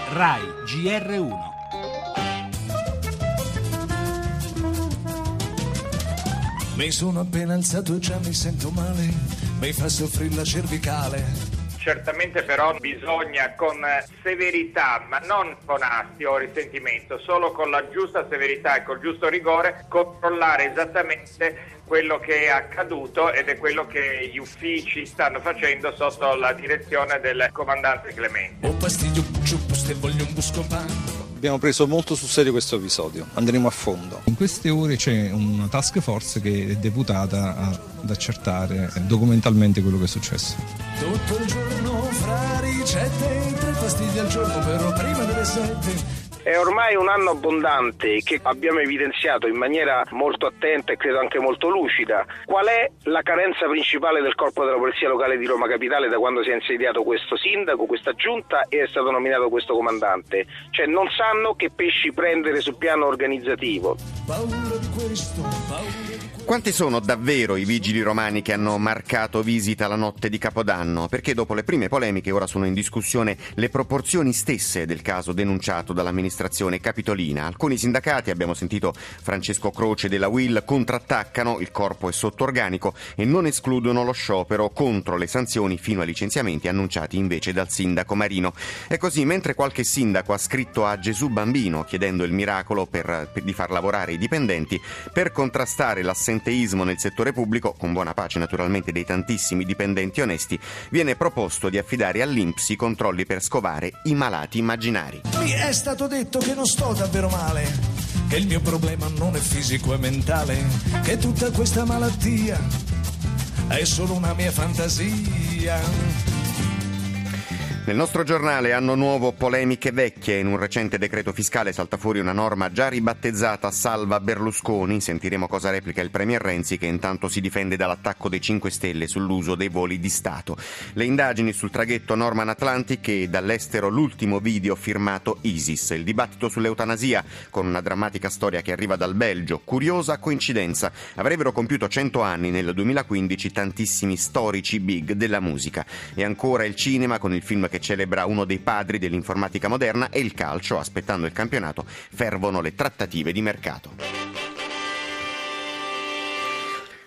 RAI GR1. Mi sono appena alzato e già mi sento male, mi fa soffrire la cervicale. Certamente però bisogna con severità, ma non con astio o risentimento, solo con la giusta severità e col giusto rigore controllare esattamente quello che è accaduto, ed è quello che gli uffici stanno facendo sotto la direzione del comandante Clemente. Abbiamo preso molto sul serio questo episodio, andremo a fondo. In queste ore c'è una task force che è deputata ad accertare documentalmente quello che è successo. Tutto il giorno fra ricette e 3 pastiglie al giorno però prima delle 7. È ormai un anno abbondante che abbiamo evidenziato in maniera molto attenta e credo anche molto lucida qual è la carenza principale del corpo della polizia locale di Roma Capitale da quando si è insediato questo sindaco, questa giunta e è stato nominato questo comandante. Cioè non sanno che pesci prendere sul piano organizzativo. Paura di questo, paura di questo. Quanti sono davvero i vigili romani che hanno marcato visita la notte di Capodanno? Perché dopo le prime polemiche ora sono in discussione le proporzioni stesse del caso denunciato dall'amministrazione capitolina. Alcuni sindacati, abbiamo sentito Francesco Croce della UIL, contrattaccano, il corpo è sotto organico e non escludono lo sciopero contro le sanzioni fino a licenziamenti annunciati invece dal sindaco Marino. E così, mentre qualche sindaco ha scritto a Gesù Bambino chiedendo il miracolo di far lavorare i dipendenti per contrastare l'assenteismo nel settore pubblico, con buona pace naturalmente dei tantissimi dipendenti onesti, viene proposto di affidare all'INPS i controlli per scovare i malati immaginari. Mi è stato detto che non sto davvero male, che il mio problema non è fisico e mentale, che tutta questa malattia è solo una mia fantasia. Nel nostro giornale Anno nuovo, polemiche vecchie. In un recente decreto fiscale salta fuori una norma già ribattezzata Salva Berlusconi. Sentiremo cosa replica il premier Renzi, che intanto si difende dall'attacco dei 5 Stelle sull'uso dei voli di Stato. Le indagini sul traghetto Norman Atlantic e dall'estero l'ultimo video firmato ISIS. Il dibattito sull'eutanasia, con una drammatica storia che arriva dal Belgio. Curiosa coincidenza, avrebbero compiuto 100 anni nel 2015 tantissimi storici big della musica. E ancora il cinema, con il film che celebra uno dei padri dell'informatica moderna, e il calcio, aspettando il campionato, fervono le trattative di mercato.